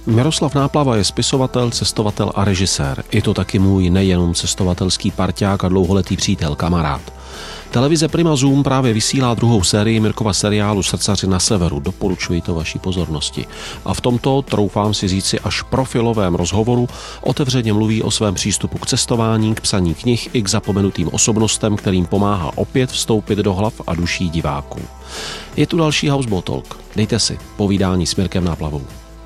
Miroslav Náplava je spisovatel, cestovatel a režisér. Je to taky můj nejenom cestovatelský parťák a dlouholetý přítel, kamarád. Televize Prima Zoom právě vysílá druhou sérii Mirkova seriálu Srdcaři na severu. Doporučuji to vaší pozornosti. A v tomto, troufám si říci, až profilovém rozhovoru otevřeně mluví o svém přístupu k cestování, k psaní knih i k zapomenutým osobnostem, kterým pomáhá opět vstoupit do hlav a duší diváků. Je tu další Houseboat Talk. Dejte si povídání s Mirkem Náplavou.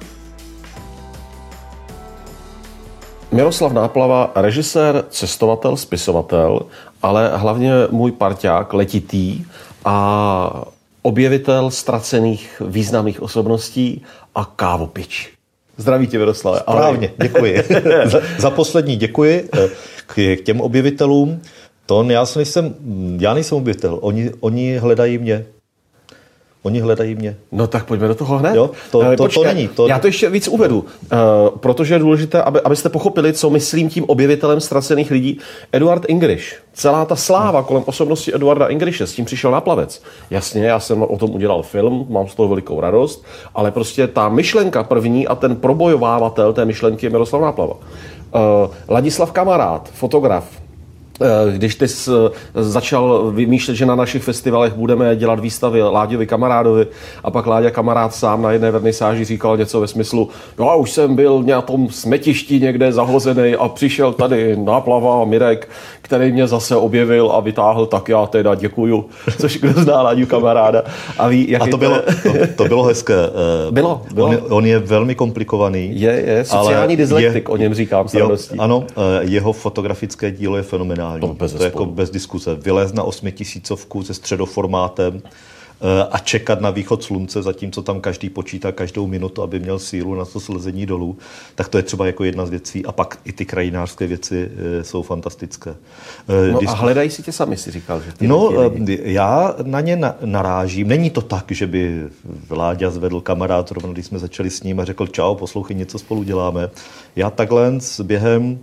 Miroslav Náplava, režisér, cestovatel, spisovatel, ale hlavně můj parťák, letitý a objevitel ztracených významných osobností a kávopič. Zdraví tě, Miroslave. Správně, děkuji. za poslední děkuji k těm objevitelům. Já nejsem objevitel, oni hledají mě. Oni hledají mě. No tak pojďme do toho hned. Jo, to není. Já to ještě víc uvedu, protože je důležité, abyste pochopili, co myslím tím objevitelem ztracených lidí. Eduard Ingriš. Celá ta sláva kolem osobnosti Eduarda Ingriše, s tím přišel Náplavec. Jasně, já jsem o tom udělal film, mám z toho velikou radost, ale prostě ta myšlenka první a ten probojovávatel té myšlenky je Miroslav Náplava. Ladislav Kamarád, fotograf. Když ty začal vymýšlet, že na našich festivalech budeme dělat výstavy Láďovi Kamarádovi a pak Láďa Kamarád sám na jedné vernisáži říkal něco ve smyslu: já už jsem byl na tom smetišti někde zahozený a přišel tady Náplava Mirek, který mě zase objevil a vytáhl, tak já teda děkuju, což kdo zná Láďu Kamaráda. A ví, jak to bylo hezké. Bylo. On je velmi komplikovaný. Je sociální dyslektik, o něm říkám s radostí. Ano, jeho fotografické dílo je fenomenální. To je jako bez diskuse. Vylez na 8000 se středoformátem a čekat na východ slunce, zatímco tam každý počítá každou minutu, aby měl sílu na to slezení dolů, tak to je třeba jako jedna z věcí. A pak i ty krajinářské věci jsou fantastické. A hledají si tě sami, si říkal. Že já na ně narážím. Není to tak, že by Láďa zvedl kamarád, rovnou když jsme začali s ním a řekl: čau, poslouchej, něco spolu děláme. Já takhle během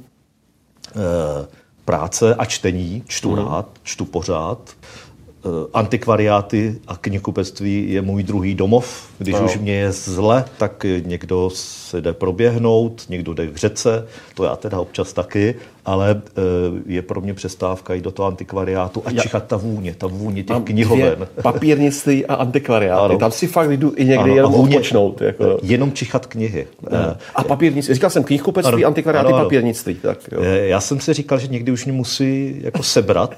práce a čtení, čtu pořád. Antikvariáty a knihkupectví je můj druhý domov. Když už mě je zle, tak někdo se jde proběhnout, někdo jde k řece, to já teda občas taky, ale je pro mě přestávka jít do toho antikvariátu a čichat ta vůně těch knihoven. Papírnictví a antikvariáty. Ano. Tam si fakt jdu i někdy jenom odpočnout. Jako. Jenom čichat knihy. A papírnictví. Říkal jsem knihkupectví, antikvariáty, papírnictví. Tak, jo. Já jsem si říkal, že někdy už mě musí jako sebrat.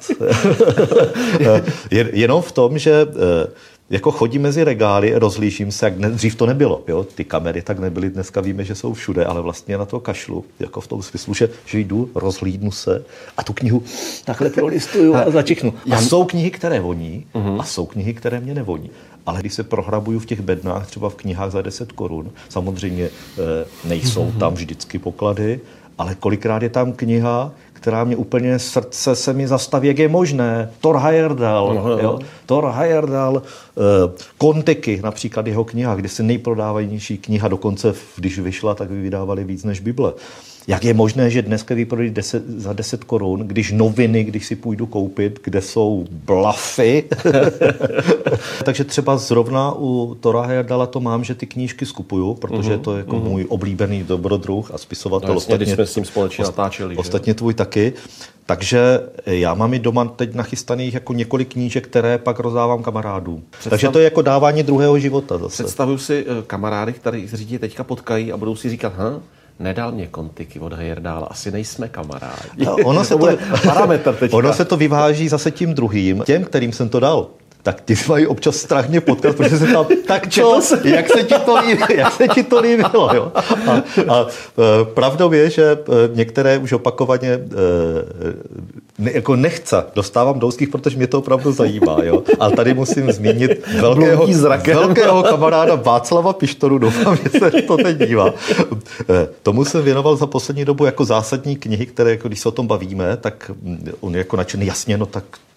Jenom v tom, že jako chodím mezi regály, rozlížím se, jak dřív to nebylo. Jo? Ty kamery tak nebyly, dneska víme, že jsou všude, ale vlastně na to kašlu, jako v tom smyslu, že jdu, rozhlídnu se a tu knihu takhle prolistuju a začichnu. A jsou knihy, které voní a jsou knihy, které mě nevoní. Ale když se prohrabuju v těch bednách, třeba v knihách za 10 korun, samozřejmě nejsou tam vždycky poklady, ale kolikrát je tam kniha, která mě úplně srdce se mi zastaví, jak je možné. Thor Heyerdahl, Thor Heyerdahl, Konteky, například jeho kniha, kde se nejprodávanější kniha, dokonce když vyšla, tak vydávali víc než Bible. Jak je možné, že dneska vyprodají za 10 korun, když noviny, když si půjdu koupit, kde jsou blafy. Takže třeba zrovna u Thora Heyerdahla to mám, že ty knížky skupuju, protože je to jako můj oblíbený dobrodruh a spisovatel. No, ostatně, jsme s ním společně natáčeli. Ostatně tvůj taky. Takže já mám i doma teď nachystaných jako několik knížek, které pak rozdávám kamarádům. Takže to je jako dávání druhého života zase. Představuju si kamarády, kteří tě teďka potkají a budou si říkat: nedal mě Kontiky od Heyerdahla, asi nejsme kamarádi. No, ono se to vyváží zase tím druhým, těm, kterým jsem to dal. Tak ty mají občas strach mě potkat, protože se tam, tak čo, jak se ti to líbilo. Jo? A pravdou je, že některé už opakovaně jako nechce. Dostávám do úzkých, protože mě to opravdu zajímá. Jo? Ale tady musím zmínit velkého kamaráda Václava Pištoru, doufám, že se to teď dívá. Tomu jsem věnoval za poslední dobu jako zásadní knihy, které, jako když se o tom bavíme, tak on je jako nadšený, jasně, no tak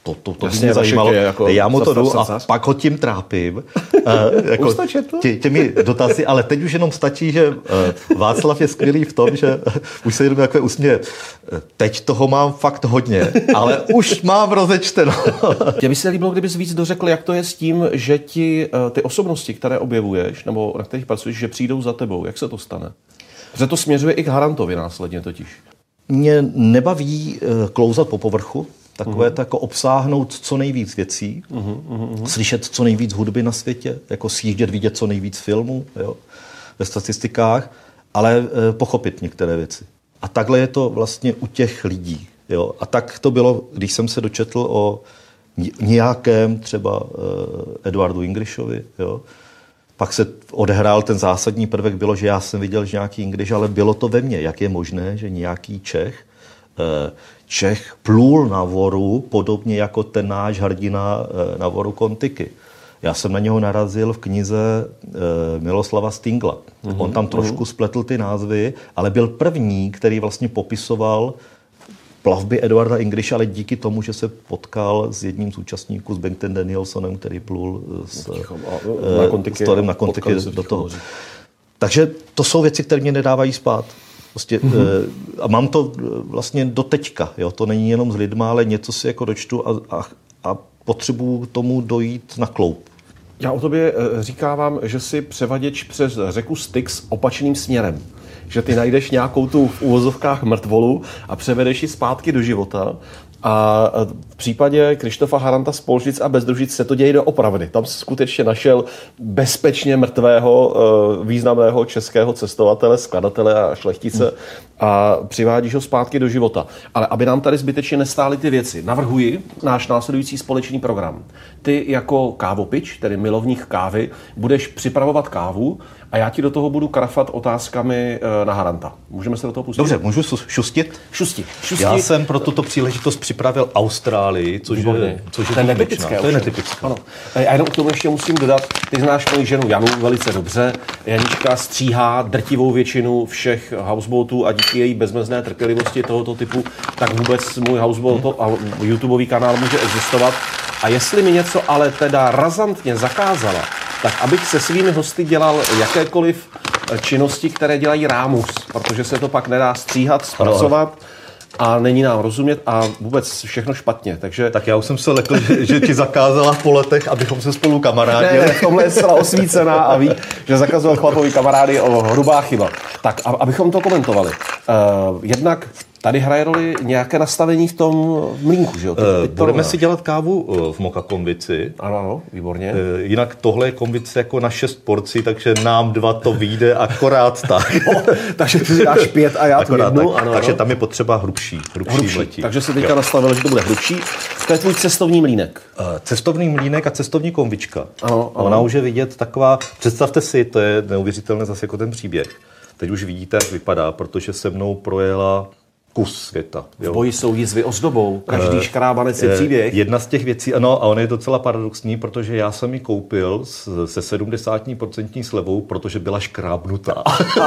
To mě zajímalo. Jako já mu to jdu a pak ho tím trápím. Jako těmi dotazy, ale teď už jenom stačí, že Václav je skvělý v tom, že už se jenom jako usměje. Teď toho mám fakt hodně, ale už mám rozečteno. Mně by se líbilo, kdybys víc dořekl, jak to je s tím, že ty osobnosti, které objevuješ, nebo na kterých pracuješ, že přijdou za tebou. Jak se to stane? Protože to směřuje i k Harantovi následně totiž. Mě nebaví klouzat po povrchu, takové to jako obsáhnout co nejvíc věcí, slyšet co nejvíc hudby na světě, jako sjíždět, vidět co nejvíc filmů, jo, ve statistikách, ale pochopit některé věci. A takhle je to vlastně u těch lidí. Jo. A tak to bylo, když jsem se dočetl o nějakém třeba Eduardu Ingrishovi, jo. Pak se odehrál ten zásadní prvek, bylo, že já jsem viděl, že nějaký English, ale bylo to ve mně. Jak je možné, že nějaký Čech plul na voru, podobně jako ten náš hrdina na voru Kontiky. Já jsem na něho narazil v knize Miloslava Stingla. On tam trošku spletl ty názvy, ale byl první, který vlastně popisoval plavby Eduarda Ingrisha, ale díky tomu, že se potkal s jedním z účastníků, s Bengtem Danielsonem, který plul s Torem na Kontiky do toho. Takže to jsou věci, které mě nedávají spát. Prostě, a mám to vlastně do teďka. Jo? To není jenom s lidma, ale něco si jako dočtu a potřebuju tomu dojít na kloub. Já o tobě říkávám, že jsi převaděč přes řeku Styx opačným směrem. Že ty najdeš nějakou tu v uvozovkách mrtvolu a převedeš ji zpátky do života. A v případě Krištofa Haranta z Polžic a Bezdružic se to děje doopravdy. Tam se skutečně našel bezpečně mrtvého významného českého cestovatele, skladatele a šlechtice a přivádíš ho zpátky do života. Ale aby nám tady zbytečně nestály ty věci, navrhuji náš následující společný program. Ty jako kávopič, tedy milovník kávy, budeš připravovat kávu a já ti do toho budu karafat otázkami na Haranta. Můžeme se do toho pustit? Dobře, můžu šustit? Šusti. Já jsem pro tuto příležitost připravil Austrálii, což je netypické. To je netypické. Ano. A jenom k tomu ještě musím dodat, ty znáš moji ženu Janu velice dobře. Janička stříhá drtivou většinu všech houseboatů a díky její bezmezné trpělivosti tohoto typu, tak vůbec můj houseboat a YouTubeový kanál může existovat. A jestli mi něco ale teda razantně zakázala, tak abych se svými hosty dělal jakékoliv činnosti, které dělají rámus, protože se to pak nedá stříhat, zpracovat a není nám rozumět a vůbec všechno špatně. Takže... Tak já už jsem se lekl, že ti zakázala po letech, abychom se spolu kamarádili. Ne, v tomhle je zcela osvícená a ví, že zakazoval chlapovi kamarády o hrubá chyba. Tak, abychom to komentovali. Jednak tady hraje roli nějaké nastavení v tom mlýnku, že jo? Budeme si dělat kávu v moka konvici. Ano, výborně. Jinak tohle je konvice jako na 6 porcí, takže nám 2 to vyjde akorát tak. Takže ty si dáš 5 a já tu jednu. Ano, takže tam je potřeba hrubší mletí. Takže si teďka nastavil, že to bude hrubší. To je tvůj cestovní mlýnek. Cestovní mlýnek a cestovní konvička. Ano. Ona už je vidět taková, představte si, to je neuvěřitelné zase jako ten příběh. Teď už vidíte, jak vypadá, protože se mnou projela kus světa. Jo. V boji jsou jizvy ozdobou, každý škrábanec je příběh. Jedna z těch věcí, ano, a on je docela paradoxní, protože já jsem ji koupil se 70% slevou, protože byla škrábnutá.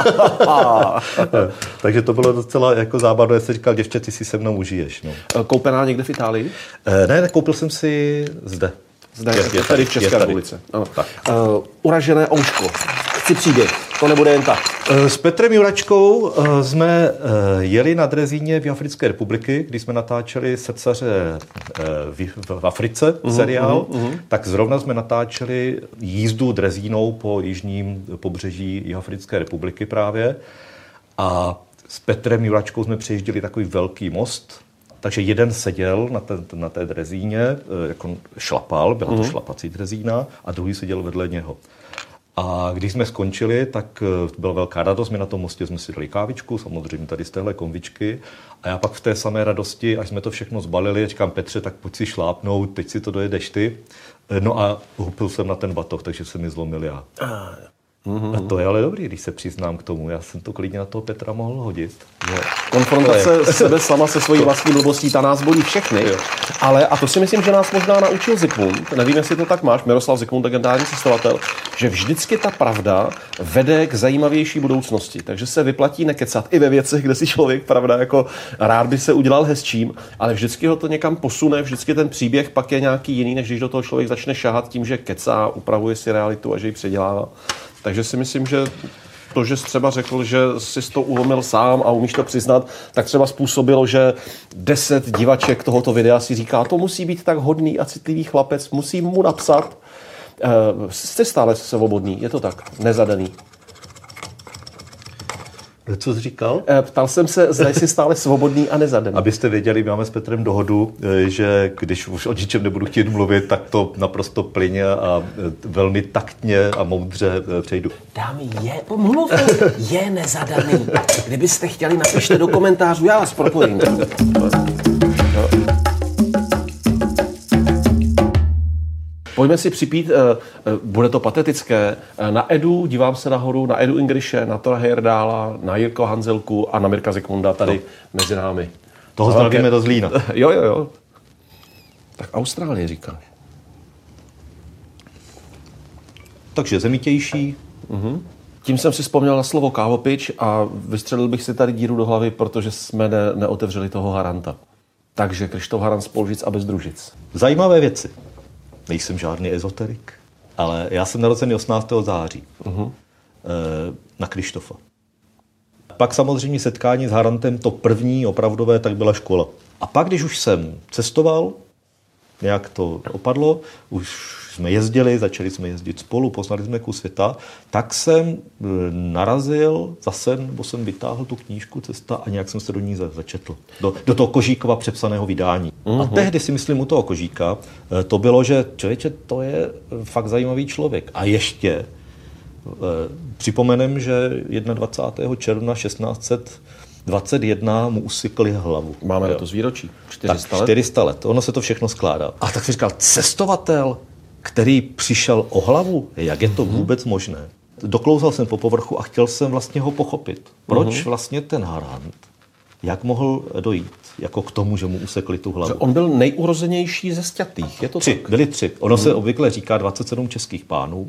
Takže to bylo docela jako zábavné, jsem říkal, děvče, ty si se mnou užiješ. No. Koupená někde v Itálii? Ne, koupil jsem si zde. Je tady v České republice. Uražené ouško. Chci příběh, to nebude jen tak. S Petrem Juračkou jsme jeli na Drezíně v Africké republiky, když jsme natáčeli Srdcaře v Africe seriál, tak zrovna jsme natáčeli jízdu Drezínou po jižním pobřeží Jihoafrické republiky právě. A s Petrem Juračkou jsme přejížděli takový velký most, takže jeden seděl na té Drezíně, jako šlapal, byla to šlapací Drezína, a druhý seděl vedle něho. A když jsme skončili, tak byla velká radost. My na tom mostě jsme si dali kávičku, samozřejmě tady z téhle konvičky. A já pak v té samé radosti, až jsme to všechno zbalili, říkám, Petře, tak pojď si šlápnout, teď si to dojedeš ty. No a hupil jsem na ten batoh, takže se mi zlomil já. A to je ale dobrý, když se přiznám k tomu. Já jsem to klidně na toho Petra mohl hodit. Že konfrontace sebe sama se svojí vlastní blbostí, ta nás bolí všechny. Ale, a to si myslím, že nás možná naučil Zikmund, nevím, jestli to tak máš, Miroslav Zikmund, legendární cestovatel, že vždycky ta pravda vede k zajímavější budoucnosti. Takže se vyplatí nekecat i ve věcech, kde si člověk, pravda, jako rád by se udělal hezčím, ale vždycky ho to někam posune, vždycky ten příběh pak je nějaký jiný, než když do toho člověk začne šahat tím, že kecá, upravuje si realitu a že ji předělává. Takže si myslím, že to, že jsi třeba řekl, že jsi to ulomil sám a umíš to přiznat, tak třeba způsobilo, že 10 divaček tohoto videa si říká, to musí být tak hodný a citlivý chlapec, musím mu napsat. Jsi stále svobodný, je to tak, nezadaný. Co jsi říkal? Ptal jsem se, zda jsi stále svobodný a nezadaný. Abyste věděli, máme s Petrem dohodu, že když už o ničem nebudu chtít mluvit, tak to naprosto plyně a velmi taktně a moudře přejdu. Dámy, je nezadaný. Kdybyste chtěli, napište do komentářů, já vás propojím. Pojďme si připít, bude to patetické, na Edu, dívám se nahoru, na Edu Ingrische, na Tora Heyerdála, na Jirko Hanzelku a na Mirka Zikmunda tady mezi námi. Toho zdravíme do Zlína. Jo. Tak Austrálie říkáš. Takže zemitější. Tím jsem si vzpomněl na slovo kávopič a vystřelil bych si tady díru do hlavy, protože jsme neotevřeli toho Haranta. Takže Kryštof Harant z Polžic a bez Družic. Zajímavé věci. Nejsem žádný ezoterik, ale já jsem narozený 18. září na Kryštofa. Pak samozřejmě setkání s Harantem, to první opravdové, tak byla škola. A pak, když už jsem cestoval, nějak to opadlo, už jsme jezdili, začali jsme jezdit spolu, poznali jsme kus světa, tak jsem narazil zase, nebo jsem vytáhl tu knížku Cesta a nějak jsem se do ní začetl. Do toho Kožíkova přepsaného vydání. A tehdy si myslím u toho Kožíka, to bylo, že člověče, to je fakt zajímavý člověk. A ještě připomenem, že 21. června 1621 mu usykli hlavu. Máme na to výročí. 400 let. Ono se to všechno skládá. A tak si říkal, cestovatel, který přišel o hlavu, jak je to vůbec možné? Doklouzal jsem po povrchu a chtěl jsem vlastně ho pochopit. Proč vlastně ten Harant, jak mohl dojít jako k tomu, že mu usekli tu hlavu? Že on byl nejurozenější ze sťatých, je to tak? Byli 3. Ono se obvykle říká 27 českých pánů.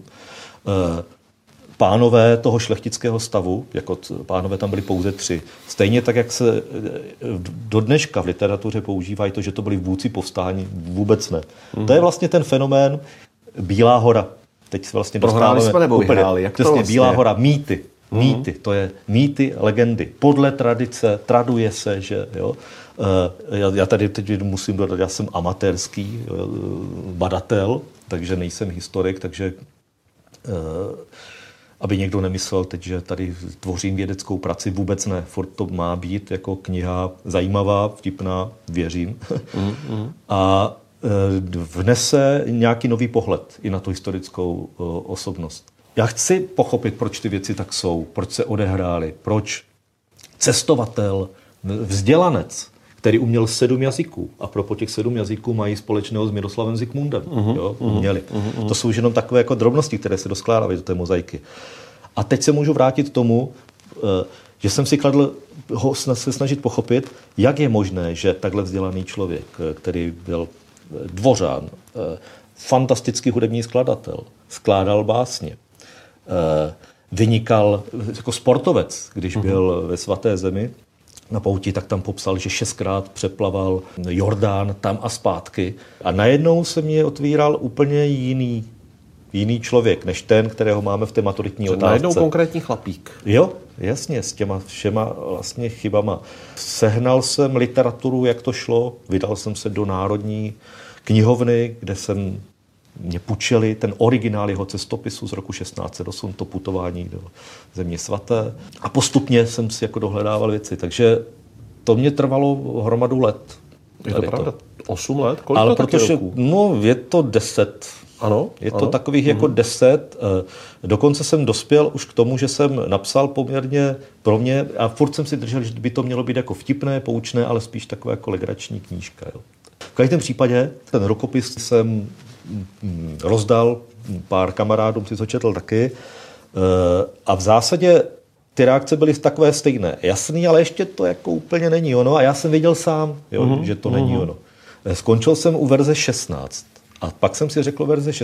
Pánové toho šlechtického stavu, jako pánové tam byli pouze 3. Stejně tak, jak se do dneška v literatuře používají to, že to byli vůdci povstání, vůbec ne. To je vlastně ten fenomén Bílá hora. Teď se vlastně prohráli jsme nebo vyhráli? Jak přesně, to vlastně Bílá hora, mýty. Mýty, to je mýty, legendy. Podle tradice, traduje se, že jo. Já tady teď musím dodat, já jsem amatérský badatel, takže nejsem historik, takže aby někdo nemyslel teď, že tady tvořím vědeckou praci, vůbec ne. Furt to má být jako kniha zajímavá, vtipná, věřím. A vnese nějaký nový pohled i na tu historickou osobnost. Já chci pochopit, proč ty věci tak jsou, proč se odehrály, proč cestovatel, vzdělanec, který uměl 7 jazyků a pro těch 7 jazyků mají společného s Miroslavem Zikmundem. Uměli. To jsou jenom takové jako drobnosti, které se doskládají do té mozaiky. A teď se můžu vrátit k tomu, že jsem si kladl se snažit pochopit, jak je možné, že takhle vzdělaný člověk, který byl dvořán, fantastický hudební skladatel, skládal básně, vynikal jako sportovec, když byl ve Svaté zemi na pouti, tak tam popsal, že 6krát přeplaval Jordán tam a zpátky. A najednou se mě otvíral úplně jiný člověk, než ten, kterého máme v té maturitní otázce. Najednou konkrétní chlapík. Jo, jasně, s těma všema vlastně chybama. Sehnal jsem literaturu, jak to šlo, vydal jsem se do Národní knihovny, kde mě půjčili ten originál jeho cestopisu z roku 1608, to putování do Země svaté. A postupně jsem si jako dohledával věci, takže to mě trvalo hromadu let. Je to pravda? 8 let? Kolik ale to protože, roku? no, je to 10. Ano? Je to takových jako 10. Dokonce jsem dospěl už k tomu, že jsem napsal poměrně pro mě, a furt jsem si držel, že by to mělo být jako vtipné, poučné, ale spíš takové jako legrační knížka. Jo. V každém případě ten rukopis jsem rozdal pár kamarádům, si to četl taky. A v zásadě ty reakce byly takové stejné. Jasný, ale ještě to jako úplně není ono. A já jsem viděl sám, jo, že to není ono. Skončil jsem u verze 16. A pak jsem si řekl verze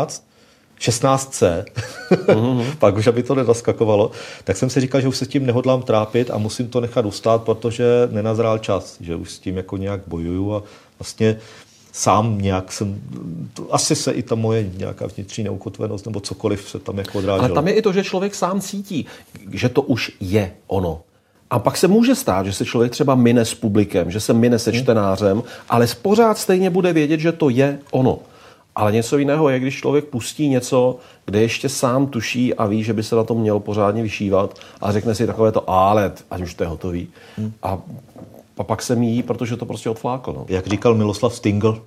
16C, pak už aby to nenaskakovalo, tak jsem si říkal, že už se s tím nehodlám trápit a musím to nechat ustát, protože nenazrál čas, že už s tím jako nějak bojuju a vlastně sám nějak jsem, asi se i ta moje nějaká vnitřní neukotvenost nebo cokoliv se tam jako odráželo. Ale tam je i to, že člověk sám cítí, že to už je ono. A pak se může stát, že se člověk třeba mine s publikem, že se mine se čtenářem, ale pořád stejně bude vědět, že to je ono. Ale něco jiného je, když člověk pustí něco, kde ještě sám tuší a ví, že by se na to měl pořádně vyšívat a řekne si takové to, ale ať už to je hotový. A pak se míjí, protože to prostě odfláklo. No. Jak říkal Miloslav Stingl,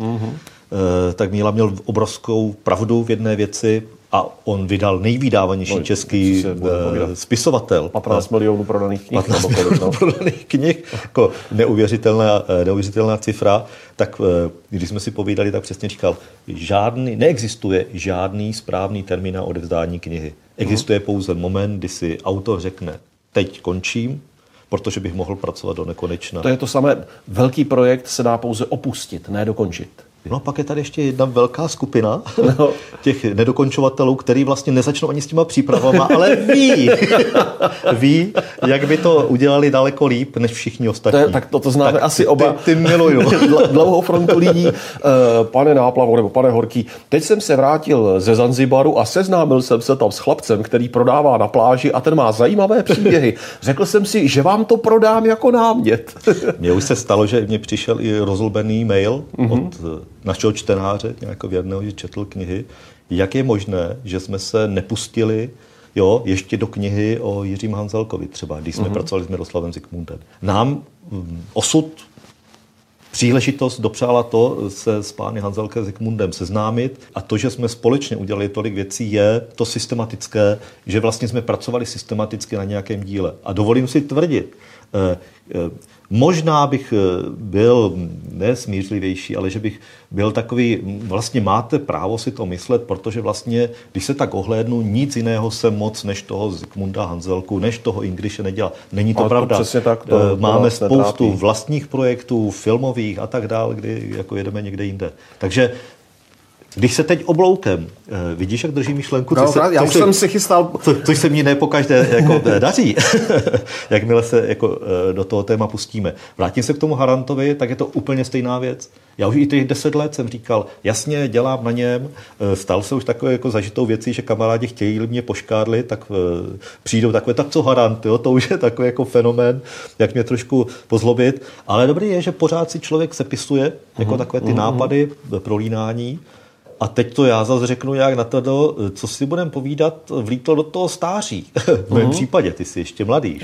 tak Míla měl obrovskou pravdu v jedné věci a on vydal nejvydávanější český spisovatel. 15 milionů prodaných knih. 15 milionů prodaných knih, jako neuvěřitelná cifra. Tak když jsme si povídali, tak přesně říkal, neexistuje žádný správný termín na odevzdání knihy. Existuje pouze moment, kdy si autor řekne, teď končím, protože bych mohl pracovat do nekonečna. To je to samé. Velký projekt se dá pouze opustit, ne dokončit. No a pak je tady ještě jedna velká skupina těch nedokončovatelů, který vlastně nezačnou ani s těma přípravama, ale ví, jak by to udělali daleko líp, než všichni ostatní. Tak to známe tak asi oba. Ty miluju. Dlouhou frontu lidí. Pane Náplavo nebo pane Horký, teď jsem se vrátil ze Zanzibaru a seznámil jsem se tam s chlapcem, který prodává na pláži a ten má zajímavé příběhy. Řekl jsem si, že vám to prodám jako námět. Mně už se stalo, že mě přišel i rozlbený mail od našeho čtenáře, nějakého věrného, že četl knihy. Jak je možné, že jsme se nepustili ještě do knihy o Jiřím Hanzelkovi třeba, když jsme pracovali s Miroslavem Zikmundem. Nám osud, příležitost dopřála to se s pány Hanzelkem Zikmundem seznámit a to, že jsme společně udělali tolik věcí, je to systematické, že vlastně jsme pracovali systematicky na nějakém díle. A dovolím si tvrdit, možná bych byl nesmířlivější, ale že bych byl takový, vlastně máte právo si to myslet, protože vlastně, když se tak ohlédnu, nic jiného jsem moc než toho Zikmunda Hanzelku, než toho Ingriše nedělal. Není to ale pravda. To tak, máme spoustu vlastních projektů, filmových a tak dále, kdy jako jedeme někde jinde. Takže když se teď obloukem, vidíš, jak drží myšlenku? Já už jsem si chystal. Což se mně nepokaždé jako daří, jakmile se jako do toho téma pustíme. Vrátím se k tomu Harantovi, tak je to úplně stejná věc. Já už i těch 10 let jsem říkal, jasně, dělám na něm, stal se už takové jako zažitou věcí, že kamarádi chtějí mě poškádlit, tak přijdou takové, tak co Harant, to už je takový jako fenomén, jak mě trošku pozlobit. Ale dobrý je, že pořád si člověk sepisuje jako takové ty nápady, prolínání. A teď to já zase řeknu nějak na to, co si budeme povídat, vlítlo do toho stáří. V mém případě, ty jsi ještě mladý.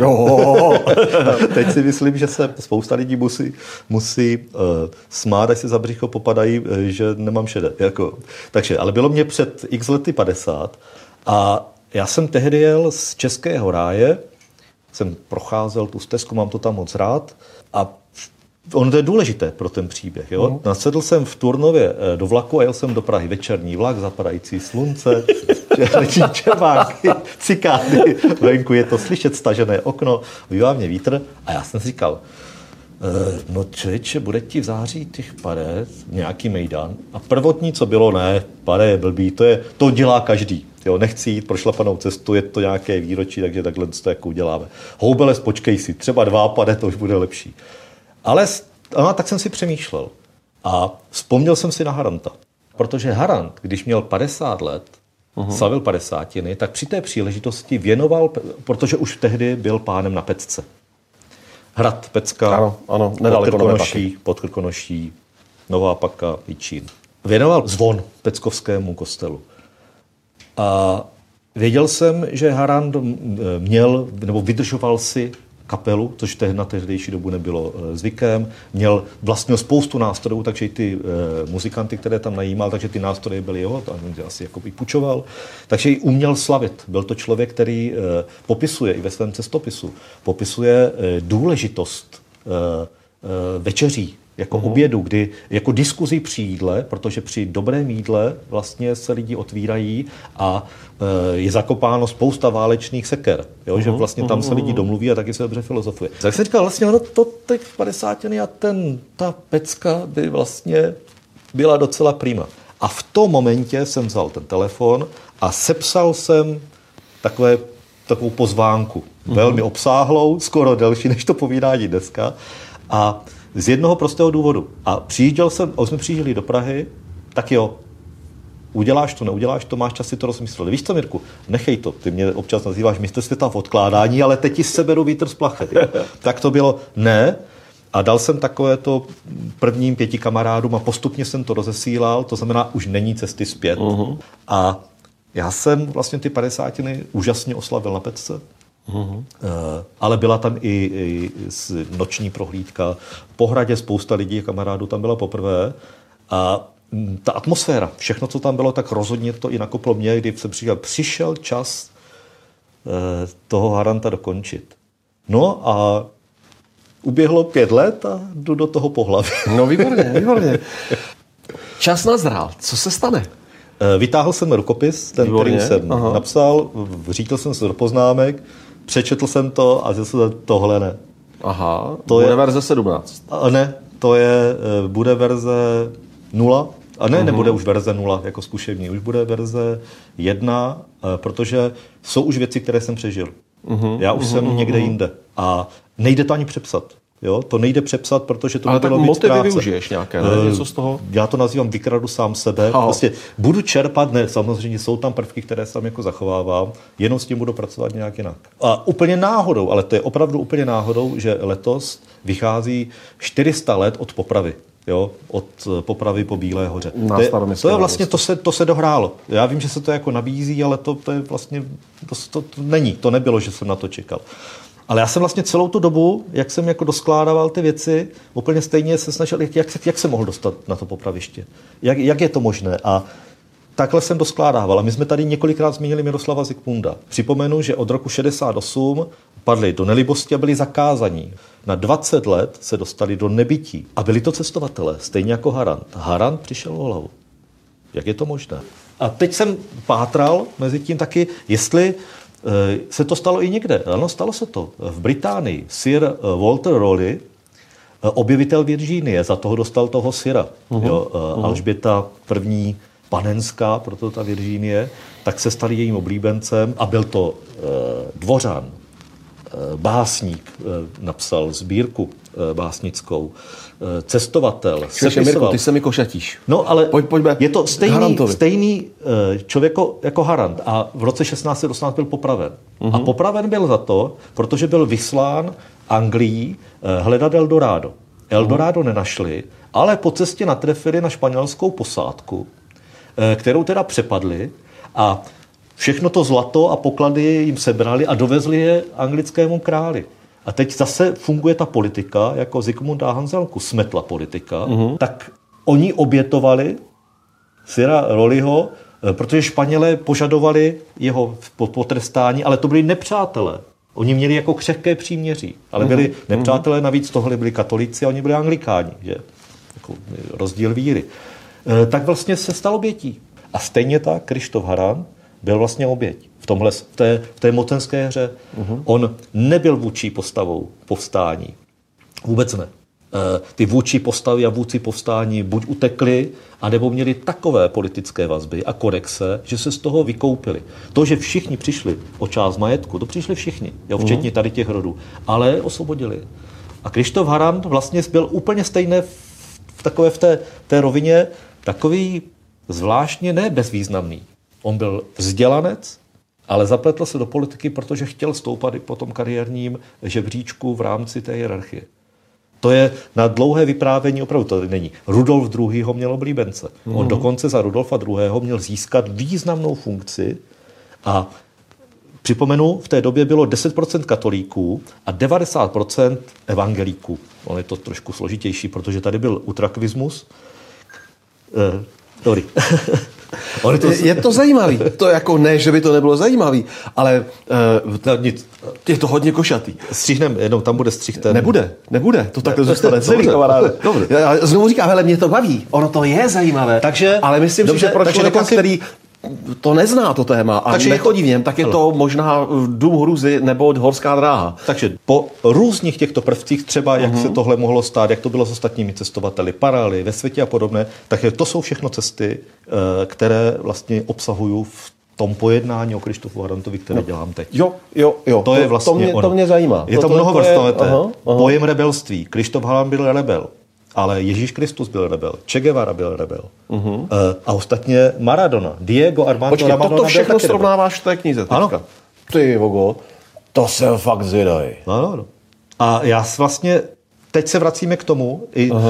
Teď si myslím, že se spousta lidí musí smát, až se za břicho popadají, že nemám šedé. Takže, ale bylo mě před x lety 50 a já jsem tehdy jel z Českého ráje, jsem procházel tu stezku, mám to tam moc rád a ono to je důležité pro ten příběh. Jo? Nasedl jsem v Turnově do vlaku a jel jsem do Prahy. Večerní vlak, zapadající slunce, černý červáky, cikády. Venku je to slyšet, stažené okno, vyvá mě vítr. A já jsem si říkal, no člověče, bude ti v září těch pade, nějaký mejdan. A prvotní, co bylo, ne, pade je blbý, to dělá každý. Jo, nechci jít prošlapanou cestu, je to nějaké výročí, takže takhle to jako uděláme. Houbeles, počkej si, třeba 2 pade, to už bude lepší. Ale tak jsem si přemýšlel a vzpomněl jsem si na Haranta. Protože Harant, když měl 50 let, slavil 50, tak při té příležitosti věnoval, protože už tehdy byl pánem na Pecce. Hrad Pecka, ano, pod Krkonoší, Nová Paka, Jičín. Věnoval zvon Peckovskému kostelu. A věděl jsem, že Harant měl, nebo vydržoval si kapelu, což na tehdejší dobu nebylo zvykem. Měl vlastně spoustu nástrojů, takže i ty muzikanty, které tam najímal, takže ty nástroje byly jeho, tam asi jako by půjčoval. Takže ji uměl slavit. Byl to člověk, který popisuje i ve svém cestopisu, popisuje důležitost večeří, jako obědu, kdy jako diskuzi při jídle, protože při dobrém jídle vlastně se lidi otvírají a je zakopáno spousta válečných seker, jo? Že vlastně tam se lidi domluví a taky se dobře filozofuje. Tak jsem říkal, vlastně ono to teď v 50. a ta pecka by vlastně byla docela prima. A v tom momentě jsem vzal ten telefon a sepsal jsem takovou pozvánku. Velmi obsáhlou, skoro delší než to povídání dneska. A z jednoho prostého důvodu. A jsme přijížděli do Prahy, tak jo, uděláš to, neuděláš to, máš čas si to rozmyslet. Víš co, Mirku, nechej to, ty mě občas nazýváš mistr světa v odkládání, ale teď ti seberu vítr z plachet. Tak to bylo ne. A dal jsem takovéto prvním 5 kamarádům a postupně jsem to rozesílal, to znamená, už není cesty zpět. A já jsem vlastně ty 50. úžasně oslavil na pecce. Ale byla tam i noční prohlídka. Po hradě spousta lidí, kamarádů tam byla poprvé. A ta atmosféra, všechno, co tam bylo, tak rozhodně to i nakoplo mě, kdy jsem přišel čas toho Haranta dokončit. No a uběhlo 5 let a jdu do toho pohlaví. No výborně. Čas nazrál. Co se stane? Vytáhl jsem rukopis, ten, který jsem napsal, říkal jsem se do poznámek, přečetl jsem to a zase tohle ne. Aha, bude verze 17. Ne, bude verze 0. A nebude už verze 0 jako zkušební, už bude verze 1, protože jsou už věci, které jsem přežil. Já už jsem někde jinde a nejde to ani přepsat. Jo? To nejde přepsat, protože to by bylo víc práce. Ale tak motivy využiješ nějaké, ne? Něco z toho? Já to nazývám vykradu sám sebe. Vlastně budu čerpat, samozřejmě jsou tam prvky, které sám jako zachovávám, jenom s tím budu pracovat nějak jinak. A úplně náhodou, ale to je opravdu úplně náhodou, že letos vychází 400 let od popravy. Jo, od popravy po Bílé hoře. To je vlastně, to se dohrálo. Já vím, že se to jako nabízí, ale to je vlastně, to není. To nebylo, že jsem na to čekal. Ale já jsem vlastně celou tu dobu, jak jsem jako doskládával ty věci, úplně stejně se snažil, jak se mohl dostat na to popraviště. Jak je to možné? A takhle jsem doskládával. A my jsme tady několikrát zmínili Miroslava Zikmunda. Připomenu, že od roku 68 padli do nelibosti a byli zakázaní. Na 20 let se dostali do nebytí. A byli to cestovatelé, stejně jako Harant. Harant přišel o hlavu. Jak je to možné? A teď jsem pátral mezi tím taky, jestli se to stalo i někde. Ano, stalo se to. V Británii Sir Walter Raleigh, objevitel Virginie, za toho dostal toho Sira. Alžběta první panenská, proto ta Virginie, tak se stal jejím oblíbencem a byl to dvořan, básník, napsal sbírku básnickou, cestovatel, sepisoval. Mirko, ty se mi košatíš. No, ale pojďme je to stejný člověk jako Harant a v roce 1618 byl popraven. A popraven byl za to, protože byl vyslán Anglií hledat Eldorado. Eldorado nenašli, ale po cestě natrefili na španělskou posádku, kterou teda přepadli a všechno to zlato a poklady jim sebrali a dovezli je anglickému králi. A teď zase funguje ta politika, jako Zikmund a Hanzelku smetla politika, tak oni obětovali Sira Raleighho, protože Španělé požadovali jeho potrestání, ale to byli nepřátelé. Oni měli jako křehké příměří, ale byli nepřátelé, navíc tohle byli katolíci a oni byli anglikáni, že? Jako rozdíl víry. Tak vlastně se stal obětí. A stejně tak Krištof Harant byl vlastně oběť v té mocenské hře. On nebyl vůdčí postavou povstání. Vůbec ne. Ty vůdčí postavy a vůdci povstání buď utekli, anebo měli takové politické vazby a kodexe, že se z toho vykoupili. To, že všichni přišli o část majetku, to přišli všichni, včetně tady těch rodů, ale osvobodili. A Krištof Harant vlastně byl úplně stejné v té rovině, takový zvláštně ne bezvýznamný. On byl vzdělanec, ale zapletl se do politiky, protože chtěl stoupat i po tom kariérním žebříčku v rámci té hierarchie. To je na dlouhé vyprávění, opravdu to není. Rudolf II. Ho měl oblíbence. On dokonce za Rudolfa II. Měl získat významnou funkci a připomenu, v té době bylo 10% katolíků a 90% evangelíků. On je to trošku složitější, protože tady byl utrakvismus. Dobrý. Je to zajímavý. To jako ne, že by to nebylo zajímavý, ale je to hodně košatý. Stříhnem, jenom tam bude střih ten... Nebude. To takhle zůstane celý, kamaráde. Já znovu říkám, hele, mě to baví. Ono to je zajímavé. Ale myslím si, že pro člověka, který to nezná to téma a nechodí v něm, tak je to možná dům hruzy nebo horská dráha. Takže po různých těchto prvcích, třeba jak se tohle mohlo stát, jak to bylo s ostatními cestovateli, paralely ve světě a podobné, takže to jsou všechno cesty, které vlastně obsahují v tom pojednání o Krištofu Harantovi, které dělám teď. Jo. To je vlastně to mě zajímá. Je to mnohovrstvé. Pojem rebelství. Krištof Harant byl rebel. Ale Ježíš Kristus byl rebel, Che Guevara byl rebel. A ostatně Maradona, Diego Armando Maradona. Toto všechno srovnáváš v té knize teďka. Ano. Ty vogo, to jsem fakt zvědavý. Ano. A já vlastně, teď se vracíme k tomu,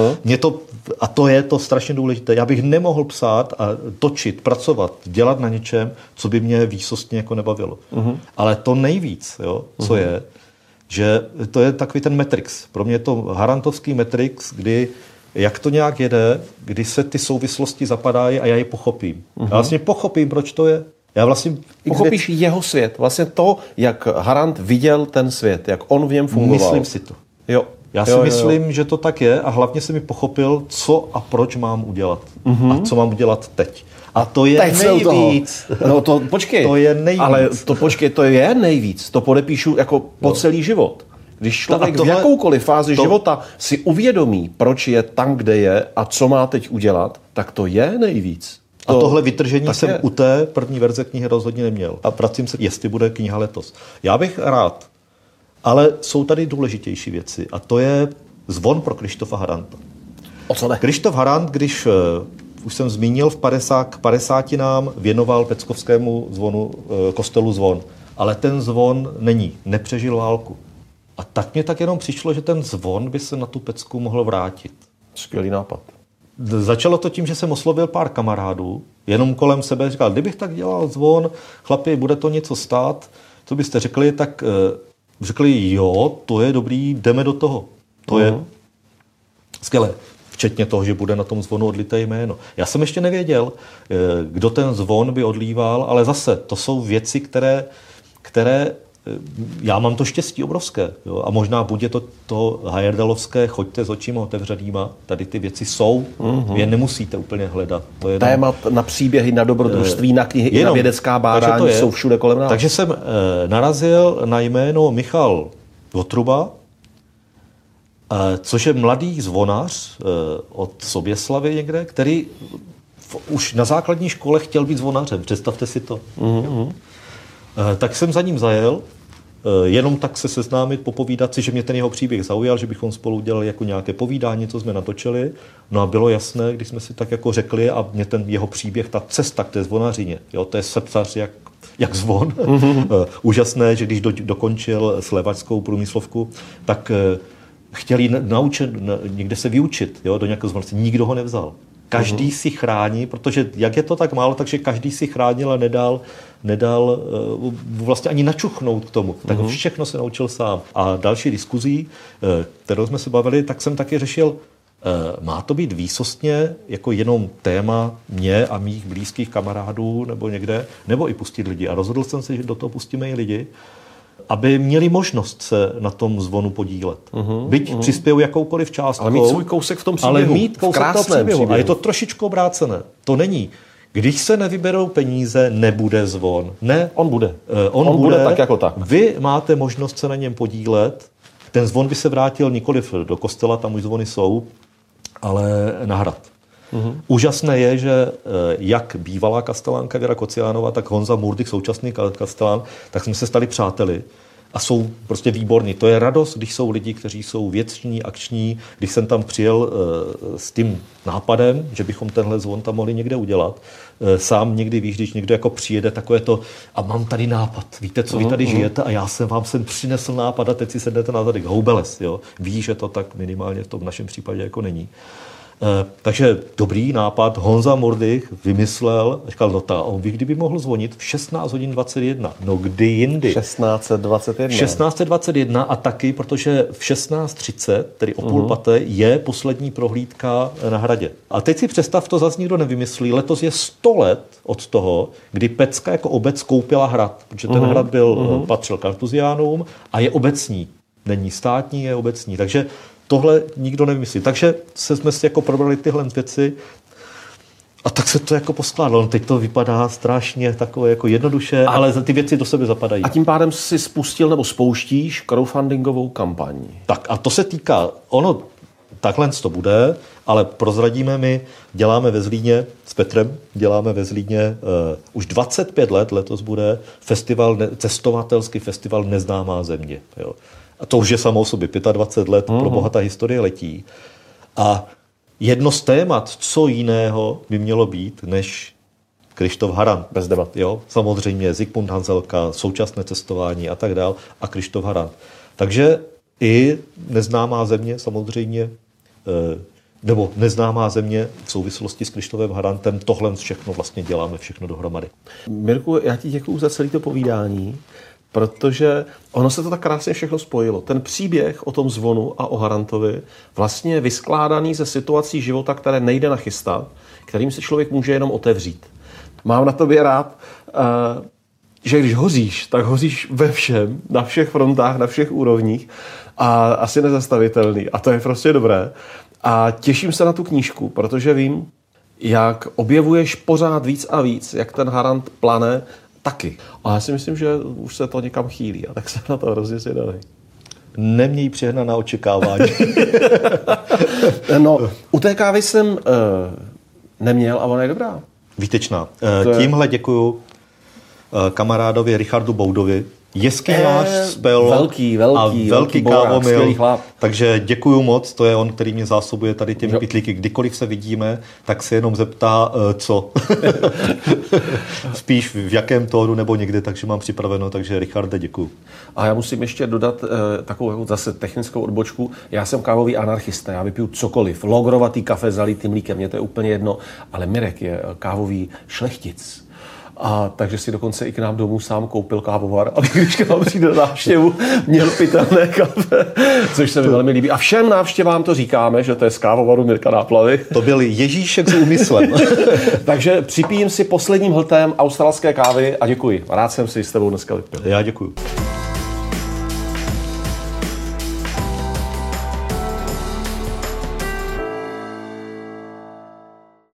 a to je to strašně důležité, já bych nemohl psát a točit, pracovat, dělat na něčem, co by mě výsostně jako nebavilo. Ale to nejvíc, co je, že to je takový ten Matrix. Pro mě je to harantovský Matrix, kdy jak to nějak jede, kdy se ty souvislosti zapadají a já je pochopím. Já vlastně pochopím, proč to je. Já vlastně pochopíš jeho svět. Vlastně to, jak Harant viděl ten svět, jak on v něm fungoval. Myslím si to. Jo. Já si myslím, že to tak je a hlavně jsem mi pochopil, co a proč mám udělat. A co mám udělat teď. A to je nejvíc. No to počkej. To je nejvíc. Ale to je nejvíc. To podepíšu jako po celý život. Když člověk v jakoukoliv fázi života si uvědomí, proč je tam, kde je a co má teď udělat, tak to je nejvíc. A tohle vytržení jsem u té první verze knihy rozhodně neměl. A vracím se, jestli bude kniha letos. Já bych rád, ale jsou tady důležitější věci. A to je zvon pro Krištofa Haranta. O co jde? Krištof Harant, když už jsem zmínil, k 50 věnoval Peckovskému zvonu, kostelu zvon. Ale ten zvon nepřežil válku. A tak mě tak jenom přišlo, že ten zvon by se na tu Pecku mohl vrátit. Skvělý nápad. Začalo to tím, že jsem oslovil pár kamarádů, jenom kolem sebe říkal, kdybych tak dělal zvon, chlapi, bude to něco stát, co byste řekli, tak řekli, jo, to je dobrý, jdeme do toho. To je skvělé. Včetně toho, že bude na tom zvonu odlité jméno. Já jsem ještě nevěděl, kdo ten zvon by odlíval, ale zase, to jsou věci, které já mám to štěstí obrovské. Jo? A možná bude to Heyerdahlové, choďte s očima otevřenýma, tady ty věci jsou, vy je nemusíte úplně hledat. To je témat na příběhy, na dobrodružství, na knihy i na vědecká bádání jsou všude kolem nás. Takže jsem narazil na jméno Michal Votruba, což je mladý zvonař od Soběslavy někde, který už na základní škole chtěl být zvonařem. Představte si to. Tak jsem za ním zajel, jenom tak se seznámit, popovídat si, že mě ten jeho příběh zaujal, že bychom spolu udělali jako nějaké povídání, co jsme natočili. No a bylo jasné, když jsme si tak jako řekli a mě ten jeho příběh, ta cesta k té zvonařině, to je srdcař jak zvon. Úžasné, že když dokončil slevačskou průmyslovku, tak chtěl jít někde se vyučit, do nějakého zvonarství. Nikdo ho nevzal. Každý si chrání, protože jak je to tak málo, takže každý si chránil a nedal vlastně ani načuchnout k tomu. Tak všechno se naučil sám. A další diskuzí, kterou jsme se bavili, tak jsem taky řešil, má to být výsostně jako jenom téma mě a mých blízkých kamarádů nebo někde, nebo i pustit lidi. A rozhodl jsem se, že do toho pustíme i lidi, aby měli možnost se na tom zvonu podílet. Byť přispějí jakoukoliv částkou. Ale mít svůj kousek v tom příběhu. Ale mít kousek v tom příběhu. A je to trošičku obrácené. To není. Když se nevyberou peníze, nebude zvon. Ne. On bude. On bude tak jako tak. Vy máte možnost se na něm podílet. Ten zvon by se vrátil nikoliv do kostela, tam už zvony jsou, ale na hrad. Úžasné je, že jak bývalá kastelánka Věra Kociánová, tak Honza Murdyk, současný kastelán, tak jsme se stali přáteli a jsou prostě výborní. To je radost, když jsou lidi, kteří jsou věcní, akční. Když jsem tam přijel s tím nápadem, že bychom tenhle zvon tam mohli někde udělat, sám někdy víš, když někdo jako přijede, takové to, a mám tady nápad, víte, co vy tady žijete a já jsem vám sem přinesl nápad a teď si sednete na zadek. Houbeles, jo. Ví, že to tak minimálně v tom našem případě jako není. Takže dobrý nápad, Honza Mordych vymyslel, říkal, no on ví, kdyby mohl zvonit v 16 hodin 21. No kdy jindy? 16:21. 16:21 a taky, protože v 16:30, tedy o půl paté, je poslední prohlídka na hradě. A teď si představ, to zase nikdo nevymyslí, letos je 100 let od toho, kdy Pecka jako obec koupila hrad, protože ten hrad patřil Kartuziánům a je obecní. Není státní, je obecní. Takže tohle nikdo nevymyslí. Takže jsme si jako probrali tyhle věci a tak se to jako poskládalo. Teď to vypadá strašně takové jako jednoduše, ale ty věci do sebe zapadají. A tím pádem si spustil nebo spouštíš crowdfundingovou kampaň. Tak a to se týká, takhle to bude, ale prozradíme my, děláme ve Zlíně s Petrem, děláme ve Zlíně už 25 let, letos bude cestovatelský festival Neznámá země. Jo. A to už je samo o sobě 25 let, pro boha ta historie letí. A jedno z témat, co jiného by mělo být, než Krištof Harant. Bez debat. Jo, samozřejmě Zikmund Hanzelka, současné cestování a tak dál a Krištof Harant. Takže i Neznámá země samozřejmě, nebo Neznámá země v souvislosti s Krištofem Harantem, tohle všechno vlastně děláme všechno dohromady. Mirku, já ti děkuju za celé to povídání, protože ono se to tak krásně všechno spojilo. Ten příběh o tom zvonu a o Harantovi vlastně je vyskládaný ze situací života, které nejde nachystat, kterým se člověk může jenom otevřít. Mám na tobě rád, že když hoříš, tak hoříš ve všem, na všech frontách, na všech úrovních a asi nezastavitelný. A to je prostě dobré. A těším se na tu knížku, protože vím, jak objevuješ pořád víc a víc, jak ten Harant plane taky. A já si myslím, že už se to někam chýlí. A tak se na to hrozně zvědavý. Neměj přehnaná očekávání. No, u té kávy jsem neměl a ona je dobrá. Výtečná. Tímhle děkuju kamarádovi Richardu Boudovi. Jeskynář spel velký kávomil. Takže děkuju moc, to je on, který mě zásobuje tady těmi pitlíky. Kdykoliv se vidíme, tak se jenom zeptá, co. Spíš v jakém tónu nebo někde, takže mám připraveno, takže Richarde, děkuju. A já musím ještě dodat takovou zase technickou odbočku. Já jsem kávový anarchista, já vypiju cokoliv. Logrovatý kafe zalitým mlíkem, mně to je úplně jedno, ale Mirek je kávový šlechtic. A takže si dokonce i k nám domů sám koupil kávovar, aby když k nám přijde na návštěvu, měl pitelné kafe, což se mi velmi líbí. A všem návštěvám to říkáme, že to je z kávovaru Mirka Náplavy. To byl Ježíšek s úmyslem. Takže připijím si posledním hltem australské kávy a děkuji. Rád jsem si s tebou dneska vypil. Já děkuji.